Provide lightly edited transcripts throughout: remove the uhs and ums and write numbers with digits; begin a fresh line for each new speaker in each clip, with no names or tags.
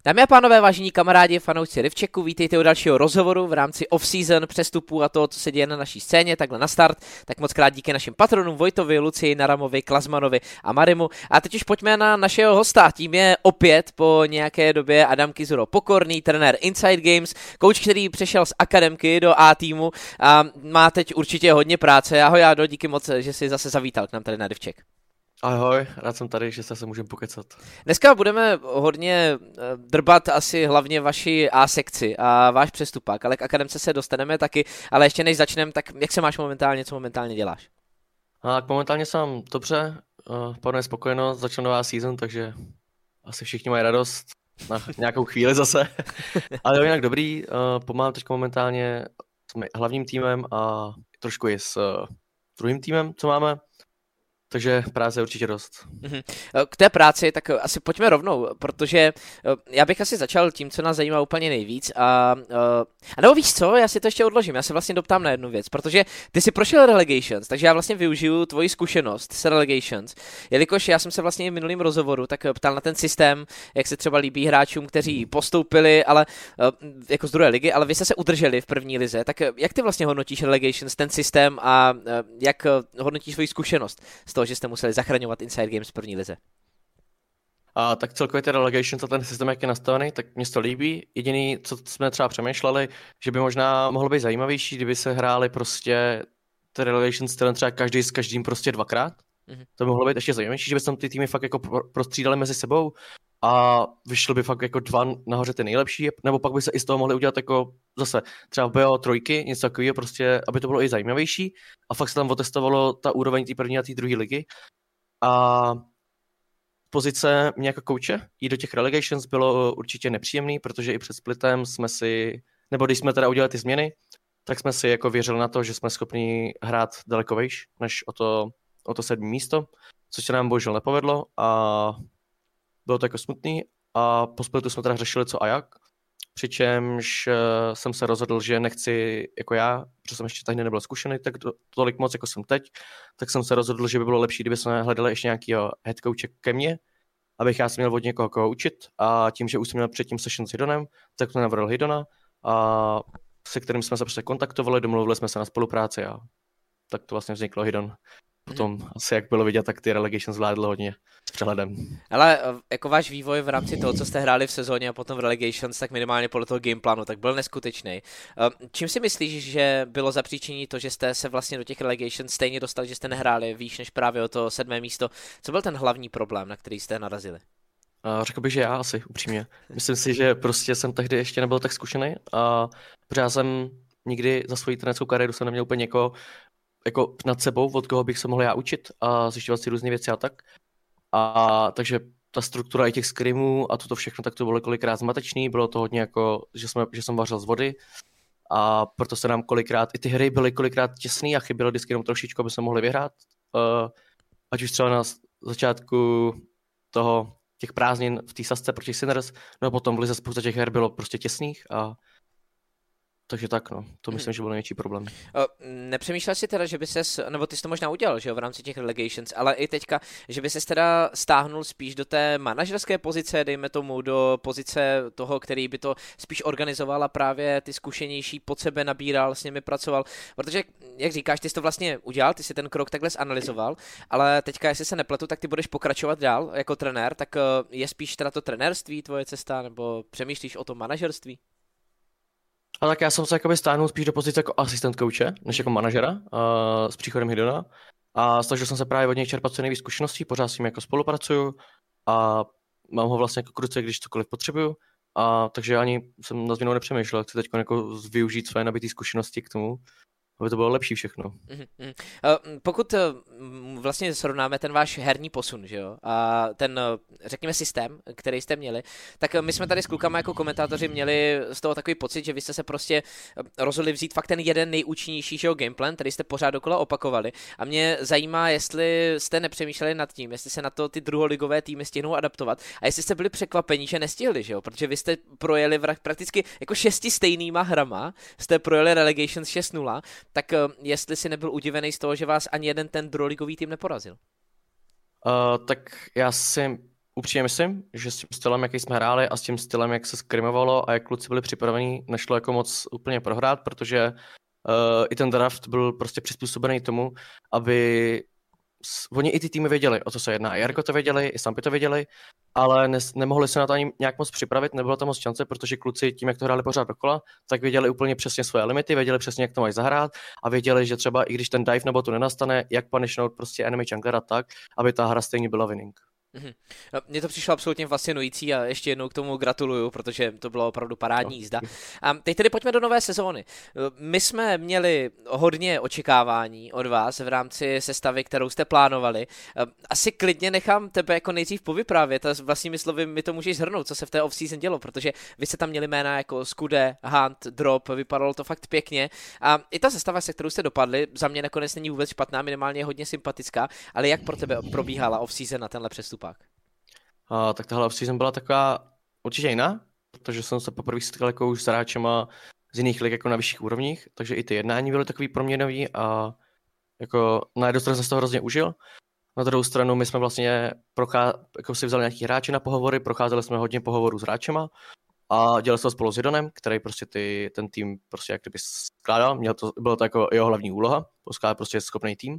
Dámy a pánové, vážení kamarádi, fanoušci Rivčeku, vítejte u dalšího rozhovoru v rámci off-season přestupů a toho, co se děje na naší scéně, takhle na start. Tak moc krát díky našim patronům Vojtovi, Lucii, Naramovi, Klazmanovi a Marimu. A teď už pojďme na našeho hosta, tím je opět po nějaké době Adam Kizuro, pokorný trenér Inside Games, kouč, který přešel z akademky do A týmu a má teď určitě hodně práce. Ahoj Ado, díky moc, že jsi zase zavítal k nám tady na Rivček.
Ahoj, rád jsem tady, že se můžeme pokecat.
Dneska budeme hodně drbat asi hlavně vaši A sekci a váš přestupák, ale k akademce se dostaneme taky, ale ještě než začneme, tak jak se máš momentálně, co momentálně děláš?
Tak momentálně jsem dobře, panuje spokojenost, začal nová season, takže asi všichni mají radost na nějakou chvíli zase, ale jinak dobrý, pomáhám teď momentálně s hlavním týmem a trošku i s druhým týmem, co máme. Takže práce je určitě dost.
K té práci, tak asi pojďme rovnou, protože já bych asi začal tím, co nás zajímá úplně nejvíc a nebo víš co, já si to ještě odložím, já se vlastně doptám na jednu věc, protože ty jsi prošel Relegations, takže já vlastně využiju tvoji zkušenost s Relegations, jelikož já jsem se vlastně v minulým rozhovoru tak ptal na ten systém, jak se třeba líbí hráčům, kteří postoupili, ale jako z druhé ligy, ale vy jste se udrželi v první lize, tak jak ty vlastně hodnotíš Relegations, ten systém a jak hodnotíš svoji zkušenost z toho, že jste museli zachraňovat Inside Games v první lize?
A tak celkově ty Relegations a ten systém, jak je nastavený, tak mě to líbí. Jediný, co jsme třeba přemýšleli, že by možná mohlo být zajímavější, kdyby se hráli prostě ty Relegations stylem třeba každý s každým prostě dvakrát. To by mohlo být ještě zajímavější, že by tam ty týmy fakt jako prostřídali mezi sebou a vyšly by fakt jako dva nahoře ty nejlepší, nebo pak by se i z toho mohli udělat jako zase třeba BO trojky, něco takového prostě, aby to bylo i zajímavější a fakt se tam otestovalo ta úroveň té první a té druhé ligy. A pozice mě jako kouče jít do těch Relegations bylo určitě nepříjemný, protože i před splitem jsme si, nebo když jsme teda udělali ty změny, tak jsme si jako věřili na to, že jsme schopni hrát daleko vejš než o to 7. místo, což se nám bohužel nepovedlo a bylo to jako smutný a po splitu jsme teda řešili co a jak, přičemž jsem se rozhodl, že nechci jako já, protože jsem ještě tehdy nebyl zkušený tak tolik moc, jako jsem teď, tak jsem se rozhodl, že by bylo lepší, kdyby jsme hledali ještě nějakýho head coache ke mně, abych já si měl od někoho koho učit a tím, že už jsem měl předtím session s Hidonem, tak to navrhl Hidona a se kterým jsme se prostě kontaktovali, domluvili jsme se na spolupráci a tak to vlastně vzniklo Hidon. Potom asi jak bylo vidět, tak ty Relegation zvládl hodně s přehledem.
Ale jako váš vývoj v rámci toho, co jste hráli v sezóně a potom v Relegations, tak minimálně podle toho gameplánu, tak byl neskutečný. Čím si myslíš, že bylo zapříčinění to, že jste se vlastně do těch Relegations stejně dostali, že jste nehráli výš než právě o to 7. místo? Co byl ten hlavní problém, na který jste narazili?
Řekl bych, že já asi, upřímně. Myslím si, že prostě jsem tehdy ještě nebyl tak zkušený a protože já jsem nikdy za svoji trenérskou kariéru jsem neměl úplně někoho jako nad sebou, od koho bych se mohl já učit a zjišťovat si různé věci a tak. A takže ta struktura i těch scrimů a toto všechno, tak to bylo kolikrát zmatečný, bylo to hodně jako, že jsem vařil z vody a proto se nám kolikrát, i ty hry byly kolikrát těsný a chybělo vždycky jenom trošičku, aby jsme mohli vyhrát. Ať už třeba na začátku těch prázdnin v té sasce proti Sinners, no a potom v lize spousta těch her bylo prostě těsných a takže tak, no. To myslím, že byl největší problém.
Nepřemýšlel jsi teda, že by ses, nebo ty jsi to možná udělal, že jo, v rámci těch Relegations, ale i teďka, že by ses teda stáhnul spíš do té manažerské pozice, dejme tomu, do pozice toho, který by to spíš organizoval a právě ty zkušenější pod sebe nabíral, s nimi pracoval, protože, jak říkáš, ty jsi to vlastně udělal, ty jsi ten krok takhle zanalyzoval, ale teďka, jestli se nepletu, tak ty budeš pokračovat dál jako trenér, tak je spíš teda to trenérství tvoje cesta, nebo přemýšlíš o tom manažerství?
A tak já jsem se jakoby stáhnul spíš do pozice jako asistent kouče, než jako manažera s příchodem Hidona. A snažil jsem se právě od něj čerpat co nejvíc zkušeností, pořád s ním jako spolupracuju a mám ho vlastně jako k ruce, když cokoliv potřebuju. A takže ani jsem na změnu nepřemýšlel, chci teď jako využít své nabité zkušenosti k tomu, aby to bylo lepší všechno.
Pokud vlastně srovnáme ten váš herní posun, že jo, a ten, řekněme, systém, který jste měli, tak my jsme tady s klukama jako komentátoři měli z toho takový pocit, že vy jste se prostě rozhodli vzít fakt ten jeden nejúčinnější, že jo, gameplan, který jste pořád dokola opakovali. A mě zajímá, jestli jste nepřemýšleli nad tím, jestli se na to ty druholigové týmy stihnou adaptovat a jestli jste byli překvapení, že nestihli, že jo, protože vy jste projeli prakticky jako 6 stejnýma hrama, jste projeli Relegations 6-0, tak jestli si nebyl udivený z toho, že vás ani jeden ten druholigový tým neporazil.
Tak já si upřímně myslím, že s tím stylem, jaký jsme hráli a s tím stylem, jak se skrimovalo a jak kluci byli připraveni, nešlo jako moc úplně prohrát, protože i ten draft byl prostě přizpůsobený tomu, aby oni i ty týmy věděli, o co se jedná. I Jarko to věděli, i Sampy to věděli, ale nemohli se na to ani nějak moc připravit, nebylo tam moc šance, protože kluci tím, jak to hráli pořád dokola, tak věděli úplně přesně svoje limity, věděli přesně, jak to mají zahrát a věděli, že třeba i když ten dive nebo to nenastane, jak punishnout prostě enemy junglera tak, aby ta hra stejně byla winning.
Mně to přišlo absolutně fascinující a ještě jednou k tomu gratuluju, protože to bylo opravdu parádní jízda. A teď tedy pojďme do nové sezóny. My jsme měli hodně očekávání od vás v rámci sestavy, kterou jste plánovali. Asi klidně nechám tebe jako nejdřív povyprávět a s vlastními slovy mi to můžeš shrnout, co se v té off-season dělo, protože vy jste tam měli jména jako Skude, Hunt, Drop, vypadalo to fakt pěkně a i ta sestava, se kterou jste dopadli, za mě nakonec není vůbec špatná, minimálně je hodně sympatická, ale jak pro tebe probíhala off-season na tenhle přestup?
Tak tahle off-season byla taková určitě jiná, protože jsem se poprvé setkal jako už s hráčema z jiných lig jako na vyšších úrovních, takže i ty jednání byly takový proměnový a jako na jednu stranu jsem se toho hrozně užil, na druhou stranu my jsme vlastně jako si vzali nějaký hráče na pohovory, procházeli jsme hodně pohovorů s hráčema a dělali jsme to spolu s Jidonem, který prostě ten tým prostě jak kdyby skládal, bylo to jako jeho hlavní úloha, poskládat prostě schopný tým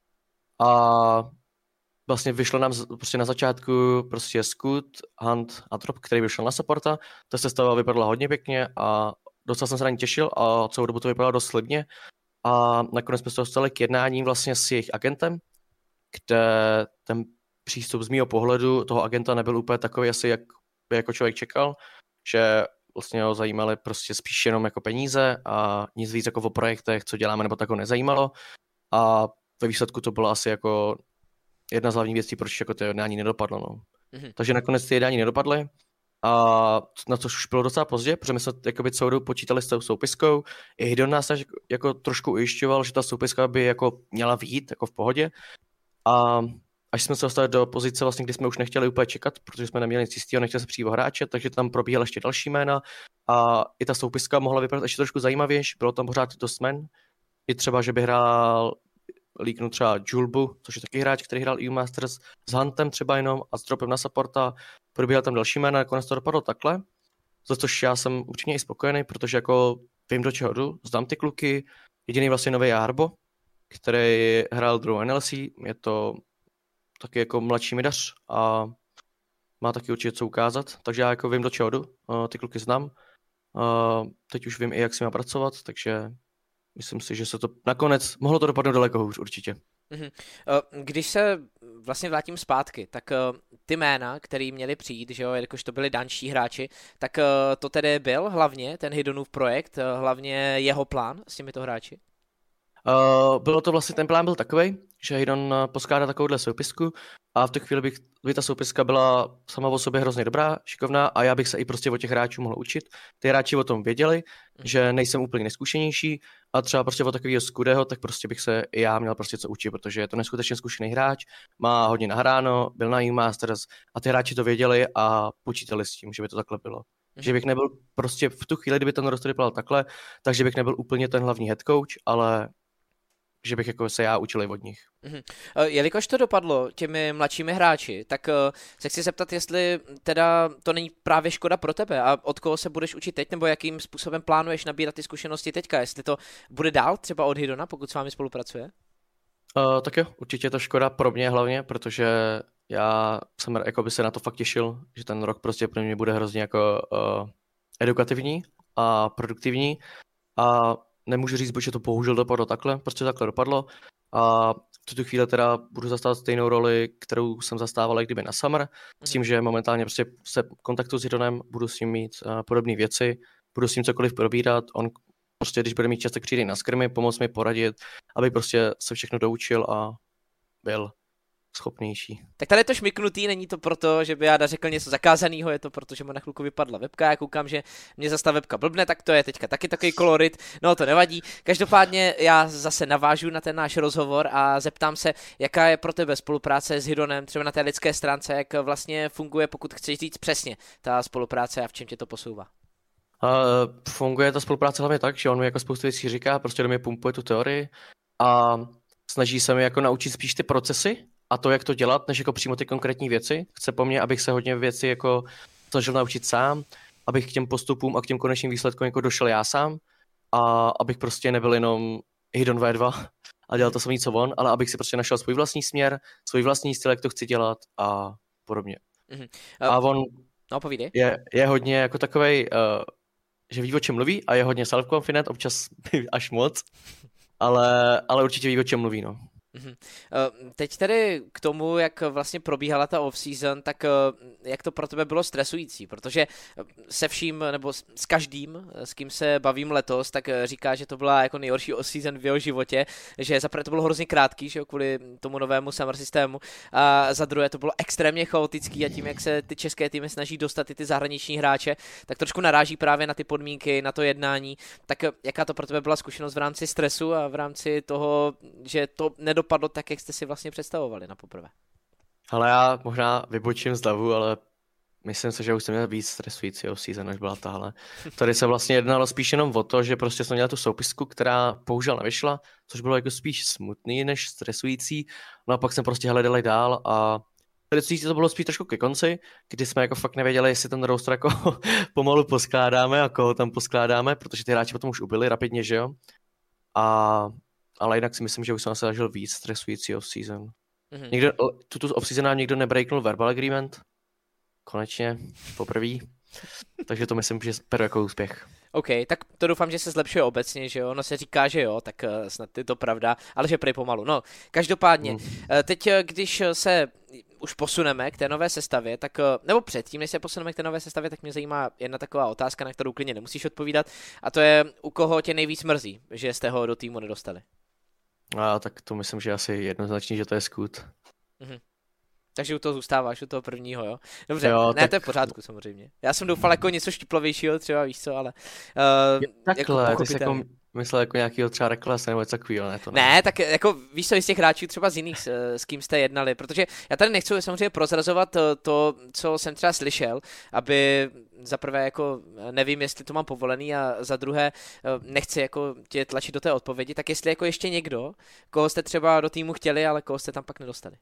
a vlastně vyšlo nám prostě na začátku prostě Scoot, Hunt a Drop, který vyšel na supporta. Ta sestava vypadala hodně pěkně a docela jsem se na ní těšil a celou dobu to vypadalo dost slibně. A nakonec jsme se dostali k jednání vlastně s jejich agentem, kde ten přístup z mýho pohledu toho agenta nebyl úplně takový asi, jak by jako člověk čekal, že vlastně ho zajímaly prostě spíš jenom jako peníze a nic víc jako o projektech, co děláme, nebo tak ho nezajímalo. A ve výsledku to bylo asi jako jedna z hlavních věcí, proč jako to jednání nedopadlo. No. Takže nakonec ty jednání nedopadly a na což už bylo docela pozdě, protože my jsme jakoby celou dobu počítali s tou soupiskou. I Hidon nás jako trošku ujišťoval, že ta soupiska by jako měla vyjít jako v pohodě. A až jsme se dostali do pozice, vlastně, kdy jsme už nechtěli úplně čekat, protože jsme neměli nic jistého, nechtěli se přijít o hráče, takže tam probíhala ještě další jména a i ta soupiska mohla vypadat ještě trošku zajímavější, bylo tam pořád dost men. I třeba, že by hrál líknu třeba Julbu, což je taky hráč, který hrál EU Masters s Huntem třeba jenom a s Dropem na supporta. Probíhal tam další jména, nakonec to dopadlo takhle. Za což já jsem určitě i spokojený, protože jako vím, do čeho jdu, znám ty kluky. Jediný vlastně nový je Harbo, který hrál druhou NLC, je to taky jako mladší midař a má taky určitě co ukázat, takže já jako vím, do čeho jdu, ty kluky znám. Teď už vím i, jak si má pracovat, takže myslím si, že se to nakonec mohlo to dopadnout daleko hůř určitě.
Když se vlastně vrátím zpátky, tak ty jména, který měli přijít, že jo, jakož to byli danští hráči, tak to tedy byl hlavně ten Hidonův projekt, hlavně jeho plán s těmito hráči?
Bylo to vlastně, ten plán byl takovej, že Hidon poskládá takovouhle soupisku a v tu chvíli by ta soupiska byla sama o sobě hrozně dobrá, šikovná a já bych se i prostě od těch hráčů mohl učit. Ty hráči o tom věděli, že nejsem úplně neskušenější a třeba prostě od takového Skudeho, tak prostě bych se i já měl prostě co učit, protože je to neskutečně zkušený hráč, má hodně nahráno, byl na EU Masters a ty hráči to věděli a počítali s tím, že by to takhle bylo. Že bych nebyl prostě v tu chvíli, kdyby ten roster vypadal takhle, takže bych nebyl úplně ten hlavní head coach, ale že bych jako se já učil i od nich.
Jelikož to dopadlo těmi mladšími hráči, tak se chci zeptat, jestli teda to není právě škoda pro tebe a od koho se budeš učit teď, nebo jakým způsobem plánuješ nabírat ty zkušenosti teďka, jestli to bude dál třeba od Hidona, pokud s vámi spolupracuje?
Tak jo, určitě je to škoda pro mě hlavně, protože já jsem jako by se na to fakt těšil, že ten rok prostě pro mě bude hrozně jako edukativní a produktivní a nemůžu říct, že to bohužel dopadlo takhle, prostě takhle dopadlo a v tuto chvíli teda budu zastávat stejnou roli, kterou jsem zastával kdyby na Summer, s tím, že momentálně prostě se kontaktuju s Hidonem, budu s ním mít podobné věci, budu s ním cokoliv probírat, on prostě, když bude mít čas, tak přijde na skrmy, pomoct mi poradit, aby prostě se všechno doučil a byl schopnější.
Tak tady je to šmiknutý, není to proto, že by Jáda řekl něco zakázaného, je to proto, že mu na chvilku vypadla webka, já koukám, že mě zase ta webka blbne, tak to je teďka taky takový kolorit, no to nevadí. Každopádně já zase navážu na ten náš rozhovor a zeptám se, jaká je pro tebe spolupráce s Hidonem, třeba na té lidské stránce, jak vlastně funguje, pokud chceš říct přesně ta spolupráce a v čem tě to posouvá.
Funguje ta spolupráce hlavně tak, že on mi jako spoustu věcí říká, prostě do mě pumpuje tu teorii a snaží se mi jako naučit spíš ty procesy a to, jak to dělat, než jako přímo ty konkrétní věci. Chce po mně, abych se hodně věci jako snažil naučit sám, abych k těm postupům a k těm konečným výsledkům jako došel já sám a abych prostě nebyl jenom hidden V2 a dělal to samý, co on, ale abych si prostě našel svůj vlastní směr, svůj vlastní styl, jak to chci dělat a podobně. A on
no, povídej.
Je hodně jako takovej, že ví, o čem mluví a je hodně self-confident, občas až moc, ale určitě ví, o čem mluví, no.
Teď tedy k tomu, jak vlastně probíhala ta off-season, tak jak to pro tebe bylo stresující, protože se vším, nebo s každým, s kým se bavím letos, tak říká, že to byla jako nejhorší off-season v jeho životě, že za prvé to bylo hrozně krátký, že jo, kvůli tomu novému summer systému, a za druhé to bylo extrémně chaotický a tím, jak se ty české týmy snaží dostat i ty zahraniční hráče, tak trošku naráží právě na ty podmínky, na to jednání. Tak jaká to pro tebe byla zkušenost v rámci stresu a v rámci toho, že to nedopadlo tak, jak jste si vlastně představovali na poprvé?
Ale já možná vybočím z davu, ale myslím si, že už jsem měl víc stresující off-season, než byla tahle. Tady se vlastně jednalo spíš jenom o to, že prostě jsem měl tu soupisku, která bohužel nevyšla, což bylo jako spíš smutný než stresující. No a pak jsem prostě hledal dál a stresující to bylo spíš trošku ke konci, kdy jsme jako fakt nevěděli, jestli ten roster jako pomalu poskládáme a koho tam poskládáme, protože ty hráči potom už ubyli rapidně, že jo. Ale jinak si myslím, že už jsem asi zažil víc stresující off-season. Tuto off-season nám někdo nebreaknul verbal agreement. Konečně, poprvé. Takže to myslím, že beru jako úspěch.
OK, tak to doufám, že se zlepšuje obecně, že jo, no se říká, že jo, tak snad je to pravda, ale že prej pomalu. No, každopádně, teď když se už posuneme k té nové sestavě, tak, nebo předtím, než se posuneme k té nové sestavě, tak mě zajímá jedna taková otázka, na kterou klidně nemusíš odpovídat, a to je, u koho tě nejvíc mrzí, že jste ho do týmu nedostali?
Tak to myslím, že asi jednoznačně, že to je Scoot.
Takže u toho zůstáváš, u toho prvního, jo? Dobře,
jo,
ne, tak... to je v pořádku samozřejmě. Já jsem doufal jako něco štiplovějšího, třeba víš co, ale...
Takhle, jako ty jsi jako myslel jako nějakýho třeba Reckless nebo něco takového, ne? To
ne, tak jako víš co, z těch hráčů třeba z jiných, s kým jste jednali, protože já tady nechci samozřejmě prozrazovat to, co jsem třeba slyšel, aby za prvé jako nevím, jestli to mám povolený a za druhé nechci jako tě tlačit do té odpovědi, tak jestli jako ještě někdo, koho jste třeba do týmu chtěli, ale koho jste tam pak nedostali.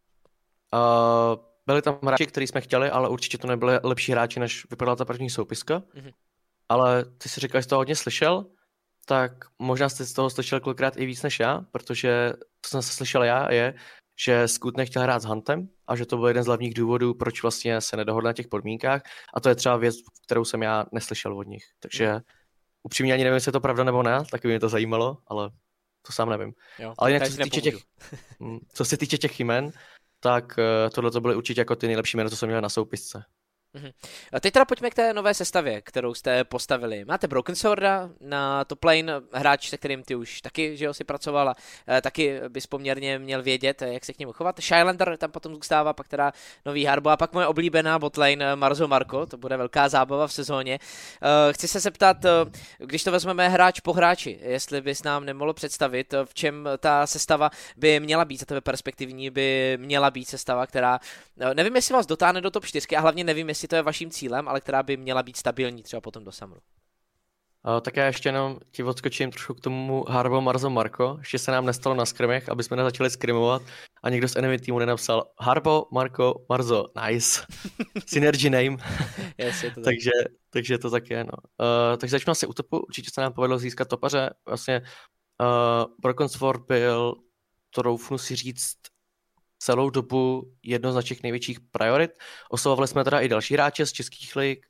Byli tam hráči, který jsme chtěli, ale určitě to nebyli lepší hráči, než vypadala ta první soupiska. Ale ty si říkal, že jsi to hodně slyšel, tak možná jste z toho slyšel kolikrát i víc než já, protože to jsem se slyšel já, je, že Scoot nechtěl hrát s Huntem a že to byl jeden z hlavních důvodů, proč vlastně se nedohodl na těch podmínkách, a to je třeba věc, kterou jsem já neslyšel od nich. Takže upřímně ani nevím, jestli je to pravda nebo ne, taky mě to zajímalo, ale to sám nevím.
Jo,
ale jinak co se týče těch jmen, tak tohle to byly určitě jako ty nejlepší jména, co jsem měl na soupisce.
A teď teda pojďme k té nové sestavě, kterou jste postavili. Máte Broken Sworda na top lane, hráč, se kterým ty už taky, že jo, si pracoval a taky bys poměrně měl vědět, jak se k němu chovat. Shylander tam potom zůstává, pak teda nový Harbo a pak moje oblíbená botlane Marzo Marko, to bude velká zábava v sezóně. Chci se zeptat, když to vezmeme hráč po hráči, jestli bys nám nemohl představit, v čem ta sestava by měla být, za tebe perspektivní by měla být sestava, která, nevím, jestli vás dotáhne do top 4 a hlavně nevím, jestli to je vaším cílem, ale která by měla být stabilní třeba potom do summeru.
Tak já ještě jenom ti odskočím trošku k tomu Harbo Marzo Marko. Ještě se nám nestalo na skrimech, aby jsme nezačali skrimovat a někdo z enemy týmu nenapsal Harbo Marko Marzo, nice. Synergy name.
Yes, je to tak.
takže to tak je, no. Takže začnu asi u topu. Určitě se nám povedlo získat topaře. Vlastně Broken Sword byl, to doufnu si říct, celou dobu jedno z našich největších priorit. Oslovovali jsme teda i další hráče z českých lig,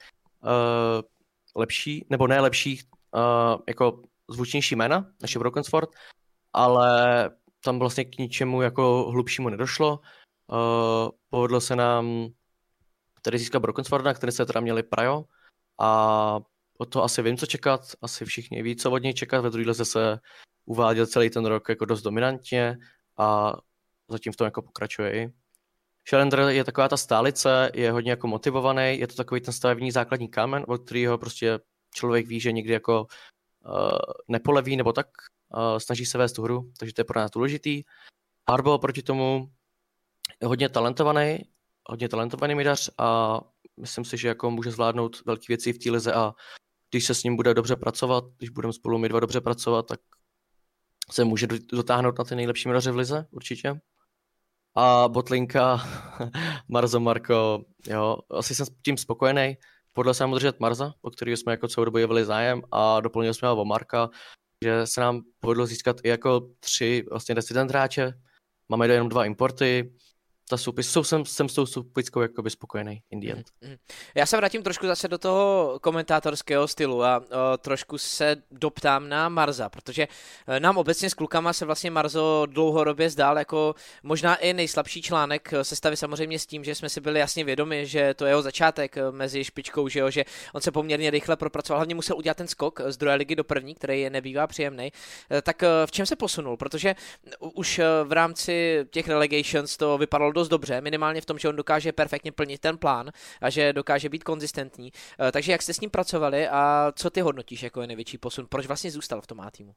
lepší, nebo ne lepších, jako zvučnější jména, než je Broken Sword, ale tam vlastně k ničemu jako hlubšímu nedošlo. Povedlo se nám tedy získat Broken Sword, na který se teda měli prio, a od toho asi vím, co čekat, asi všichni ví, co od něj čekat. Ve druhé lize se uváděl celý ten rok jako dost dominantně a zatím v tom jako pokračuje i. Shylander je taková ta stálice, je hodně jako motivovaný, je to takový ten stavební základní kámen, od kterého prostě člověk ví, že nikdy jako nepoleví nebo tak, snaží se vést tu hru, takže to je pro nás důležitý. Harbo proti tomu je hodně talentovaný midař a myslím si, že jako může zvládnout velké věci v té lize a když se s ním bude dobře pracovat, když budeme spolu my dva dobře pracovat, tak se může dotáhnout na ty nejlepší midaře v lize, určitě. A botlinka Marzo Marko, jo, asi jsem s tím spokojený. Podle jsem držet Marza, o kterého jsme jako celou dobu jevili zájem a doplnili jsme ho o Marka, že se nám povedlo získat i jako 3 vlastně resident hráče. Máme jenom 2 importy. Jsem s tou soupiskou jakoby spokojený in the end.
Já se vrátím trošku zase do toho komentátorského stylu a trošku se doptám na Marza, protože nám obecně s klukama se vlastně Marzo dlouhodobě zdál jako možná i nejslabší článek sestavy, samozřejmě s tím, že jsme si byli jasně vědomi, že to je jeho začátek mezi špičkou, že on se poměrně rychle propracoval, hlavně musel udělat ten skok z druhé ligy do první, který je nebývá příjemný. Tak v čem se posunul? Protože už v rámci těch relegations to vypadalo dost dobře, minimálně v tom, že on dokáže perfektně plnit ten plán a že dokáže být konzistentní. Takže jak jste s ním pracovali a co ty hodnotíš jako je největší posun? Proč vlastně zůstal v tom A týmu?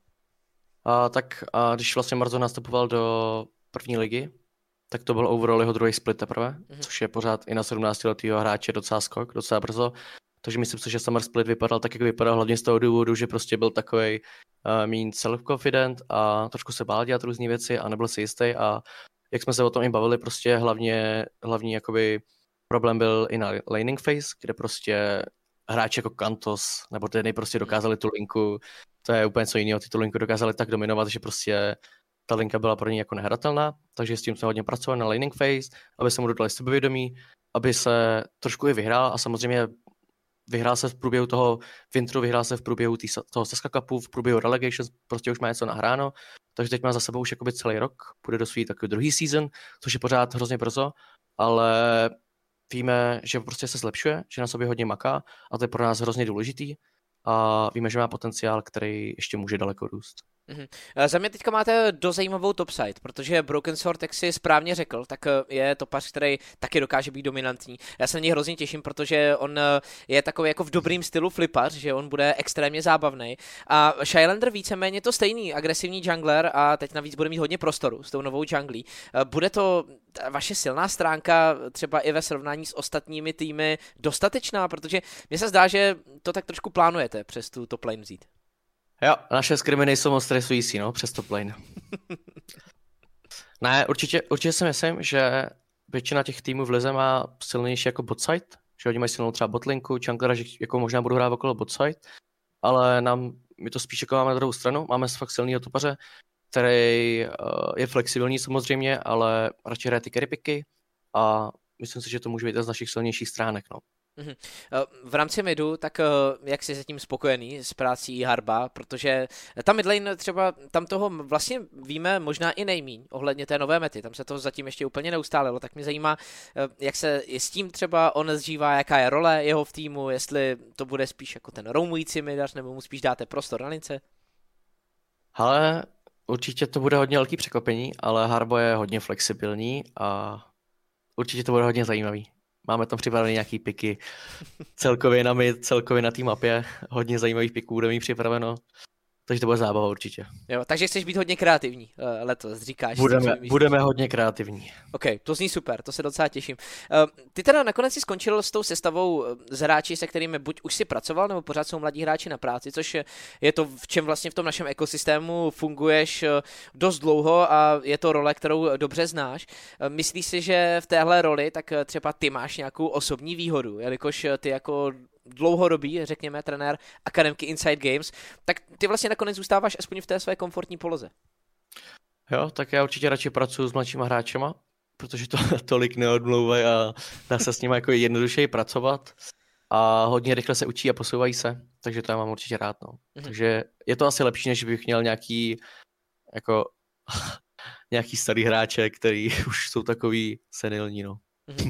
Když vlastně Marzo nastupoval do první ligy, tak to byl overall jeho druhý split teprve, což je pořád i na 17letého hráče docela skok, docela brzo. Takže myslím si, že Summer Split vypadal tak, jak vypadal, hlavně z toho důvodu, že prostě byl takovej méně self-confident a trošku se bál dělat různé věci a nebyl si jistý a jak jsme se o tom i bavili, prostě hlavní jakoby problém byl i na laning phase, kde prostě hráči jako Kantos nebo Denny prostě dokázali tu linku, to je úplně co jiného, ty tu linku dokázali tak dominovat, že prostě ta linka byla pro ně jako nehratelná, takže s tím jsme hodně pracovali na laning phase, aby se mu dodali sebevědomí, aby se trošku i vyhrál a samozřejmě vyhrál se v průběhu toho Winteru, vyhrál se v průběhu toho Saska Cupu, v průběhu Relegations, prostě už má něco nahráno, takže teď má za sebou už jakoby celý rok, půjde do svý takový druhý season, což je pořád hrozně brzo, ale víme, že prostě se zlepšuje, že na sobě hodně maká a to je pro nás hrozně důležitý a víme, že má potenciál, který ještě může daleko růst.
Za mě teďka máte dost zajímavou topside, protože Broken Sword, jak si správně řekl, tak je topař, který taky dokáže být dominantní. Já se na něj hrozně těším, protože on je takový jako v dobrým stylu flipař, že on bude extrémně zábavný. A Shylander víceméně to stejný, agresivní jungler a teď navíc bude mít hodně prostoru s tou novou junglí. Bude to vaše silná stránka třeba i ve srovnání s ostatními týmy dostatečná, protože mně se zdá, že to tak trošku plánujete přes tu top lane vzít.
Jo, naše skrimy nejsou moc stresující, no, přes top lane. Ne, určitě si myslím, že většina těch týmů v lize má silnější jako botside, že oni mají silnou třeba botlinku, junglera, že jako možná budou hrát okolo botside, ale my to spíš jako máme na druhou stranu, máme fakt silného topaře, který je flexibilní samozřejmě, ale radši hraje ty carry picky a myslím si, že to může být jedna z našich silnějších stránek, no.
V rámci midu, tak jak jsi zatím spokojený s prací Harba, protože ta midlane třeba, tam toho vlastně víme možná i nejmíň ohledně té nové mety, tam se to zatím ještě úplně neustálilo, tak mě zajímá, jak se s tím třeba on zžívá, jaká je role jeho v týmu, jestli to bude spíš jako ten roamující midař, nebo mu spíš dáte prostor na lince?
Ale určitě to bude hodně velký překvapení, ale Harbo je hodně flexibilní a určitě to bude hodně zajímavý. Máme tam připravené nějaký piky, celkově na té mapě, hodně zajímavých piků bude mít připraveno, takže to bude zábava určitě.
Jo, takže chceš být hodně kreativní letos, říkáš.
Budeme hodně kreativní.
OK, to zní super, to se docela těším. Ty teda nakonec si skončil s tou sestavou z hráči, se kterými buď už si pracoval, nebo pořád jsou mladí hráči na práci, což je to, v čem vlastně v tom našem ekosystému funguješ dost dlouho a je to role, kterou dobře znáš. Myslíš si, že v téhle roli tak třeba ty máš nějakou osobní výhodu, jelikož ty jako dlouhodobý, řekněme, trenér akademky Inside Games, tak ty vlastně nakonec zůstáváš aspoň v té své komfortní poloze.
Jo, tak já určitě radši pracuji s mladšíma hráčema, protože to tolik neodmlouvají a dá se s nimi jako jednodušeji pracovat a hodně rychle se učí a posouvají se, takže to já mám určitě rád, no. Takže je to asi lepší, než bych měl nějaký jako nějaký starý hráče, který už jsou takový senilní, no.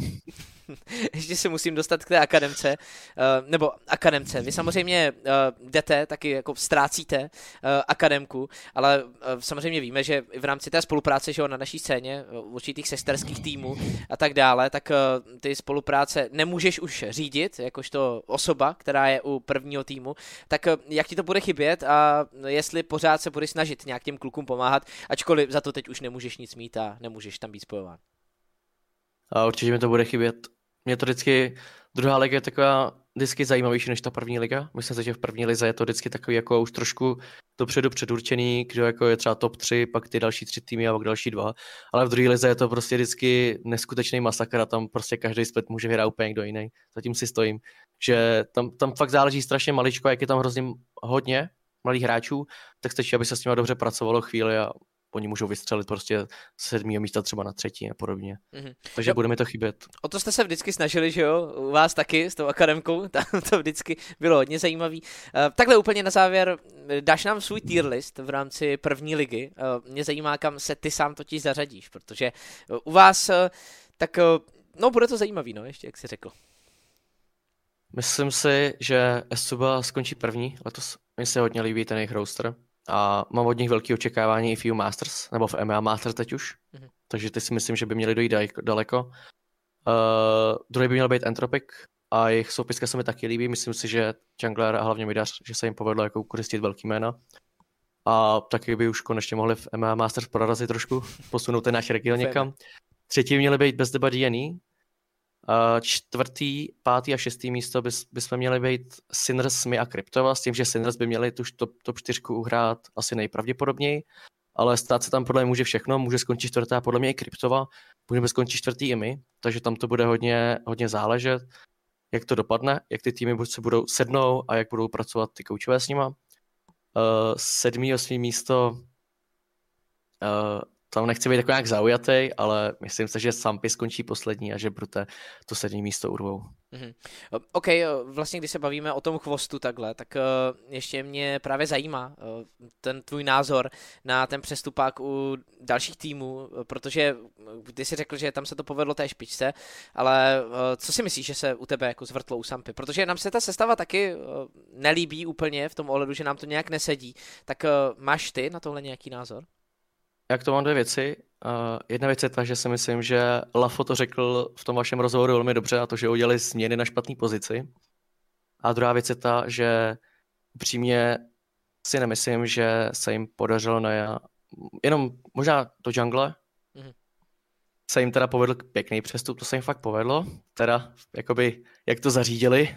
Ještě se musím dostat k té akademce, nebo akademce. Vy samozřejmě jdete, taky jako ztrácíte akademku, ale samozřejmě víme, že v rámci té spolupráce, že na naší scéně, určitých sesterských týmů a tak dále, tak ty spolupráce nemůžeš už řídit, jakožto osoba, která je u prvního týmu, tak jak ti to bude chybět a jestli pořád se budeš snažit nějak těm klukům pomáhat, ačkoliv za to teď už nemůžeš nic mít a nemůžeš tam být spojován.
A určitě mi to bude chybět. Mě to vždycky, druhá liga je taková vždycky zajímavější než ta první liga. Myslím si, že v první lize je to vždycky takový jako už trošku dopředu předurčený, kdo jako je třeba top 3, pak ty další 3 týmy a pak další 2. Ale v druhé lize je to prostě vždycky neskutečný masakr a tam prostě každý split může vyhrát úplně někdo jiný. Zatím si stojím, že tam fakt záleží strašně maličko, jak je tam hrozně hodně malých hráčů, tak stačí, aby se s nimi dobře pracovalo chvíli a oni můžou vystřelit prostě z 7. místa třeba na 3. a podobně. Takže bude mi to chybět.
O to jste se vždycky snažili, že jo? U vás taky s tou akademkou, tam to vždycky bylo hodně zajímavý. Takhle úplně na závěr, dáš nám svůj tier list v rámci první ligy. Mě zajímá, kam se ty sám totiž zařadíš, protože u vás, tak no bude to zajímavý, no, ještě jak jsi řekl.
Myslím si, že Esuba skončí první letos. Mně se hodně líbí ten jejich roster. A mám od nich velké očekávání i v EU Masters, nebo v EMEA Masters teď už. Takže ty si myslím, že by měli dojít daleko. Druhý by měl být Entropic a jejich soupiska se mi taky líbí. Myslím si, že Jungler a hlavně Midař, že se jim povedlo jako ukořistit velký jména. A taky by už konečně mohli v EMEA Masters prorazit trošku, posunout ten náš region někam. Třetí měli být bez debat D&E. 4., 5. a 6. místo bychom měli být Sinners, My a Kryptova, s tím, že Sinners by měli tu top 4 uhrát asi nejpravděpodobněji, ale stát se tam podle mě může všechno, může skončit 4. podle mě i Kryptova, můžeme skončit 4. i my, takže tam to bude hodně záležet, jak to dopadne, jak ty týmy se budou sednou a jak budou pracovat ty koučové s nima. 7. 8. místo tam nechci být jako nějak zaujatý, ale myslím si, že Sampy skončí poslední a že Brute to 7. místo urvou.
OK, vlastně když se bavíme o tom chvostu takhle, tak ještě mě právě zajímá ten tvůj názor na ten přestupák u dalších týmů, protože ty jsi řekl, že tam se to povedlo té špičce, ale co si myslíš, že se u tebe jako zvrtlo u Sampy? Protože nám se ta sestava taky nelíbí úplně v tom ohledu, že nám to nějak nesedí, tak máš ty na tohle nějaký názor?
Jak to mám 2 věci. Jedna věc je ta, že si myslím, že Lafo to řekl v tom vašem rozhovoru velmi dobře a to, že udělali změny na špatné pozici. A druhá věc je ta, že upřímně si nemyslím, že se jim podařilo jenom možná do jungle. Se jim teda povedl pěkný přestup, to se jim fakt povedlo. Teda, jakoby, jak to zařídili.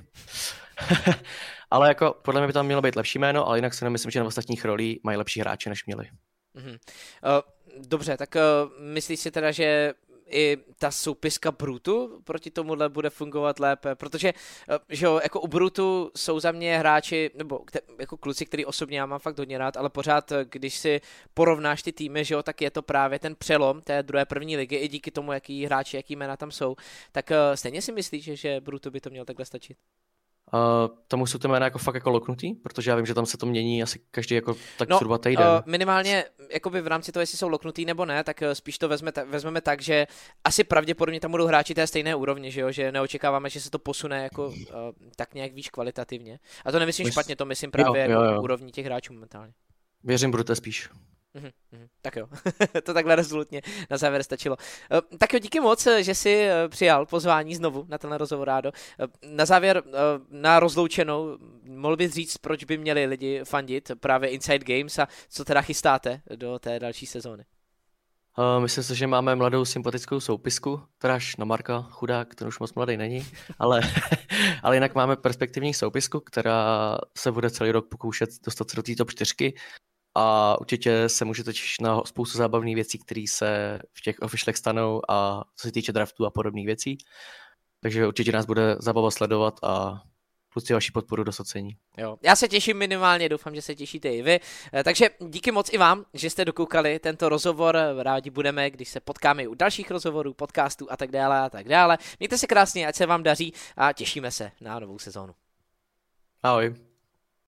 Ale jako, podle mě by tam mělo být lepší jméno, ale jinak si nemyslím, že na ostatních rolí mají lepší hráče, než měli.
Dobře, tak myslíš si teda, že i ta soupiska Brutu proti tomuhle bude fungovat lépe, protože že jo, jako u Brutu jsou za mě hráči, nebo jako kluci, který osobně já mám fakt hodně rád, ale pořád, když si porovnáš ty týmy, že jo, tak je to právě ten přelom té druhé první ligy i díky tomu, jaký hráči, jaký jména tam jsou, tak stejně si myslíš, že Brutu by to mělo takhle stačit?
Tomu jsou ty jména jako fakt jako loknutý, protože já vím, že tam se to mění asi každý jako tak zhruba týden.
Minimálně jakoby v rámci toho, jestli jsou loknutý nebo ne, tak spíš to vezmeme tak, že asi pravděpodobně tam budou hráči té stejné úrovně, že jo, že neočekáváme, že se to posune jako tak nějak víc kvalitativně. A to nemyslím špatně, to myslím právě jako úrovní těch hráčů momentálně.
Věřím Brute spíš.
Tak jo, to takhle rezolutně na závěr stačilo. Tak jo, díky moc, že jsi přijal pozvání znovu na tenhle rozhovor, Rádo. Na závěr, na rozloučenou, mohl bys říct, proč by měli lidi fandit právě Inside Games a co teda chystáte do té další sezóny?
Myslím si, že máme mladou sympatickou soupisku, teda až na Marka, chudák, ten už moc mladý není, ale jinak máme perspektivní soupisku, která se bude celý rok pokoušet dostat se do té top 4. A určitě se můžete těšit na spoustu zábavných věcí, které se v těch officialech stanou a co se týče draftu a podobných věcí. Takže určitě nás bude zábava sledovat a kluci vaši podporu dost ocení.
Jo, já se těším minimálně, doufám, že se těšíte i vy. Takže díky moc i vám, že jste dokoukali tento rozhovor. Rádi budeme, když se potkáme i u dalších rozhovorů, podcastů a tak dále a tak dále. Mějte se krásně, ať se vám daří a těšíme se na novou sezónu.
Ahoj.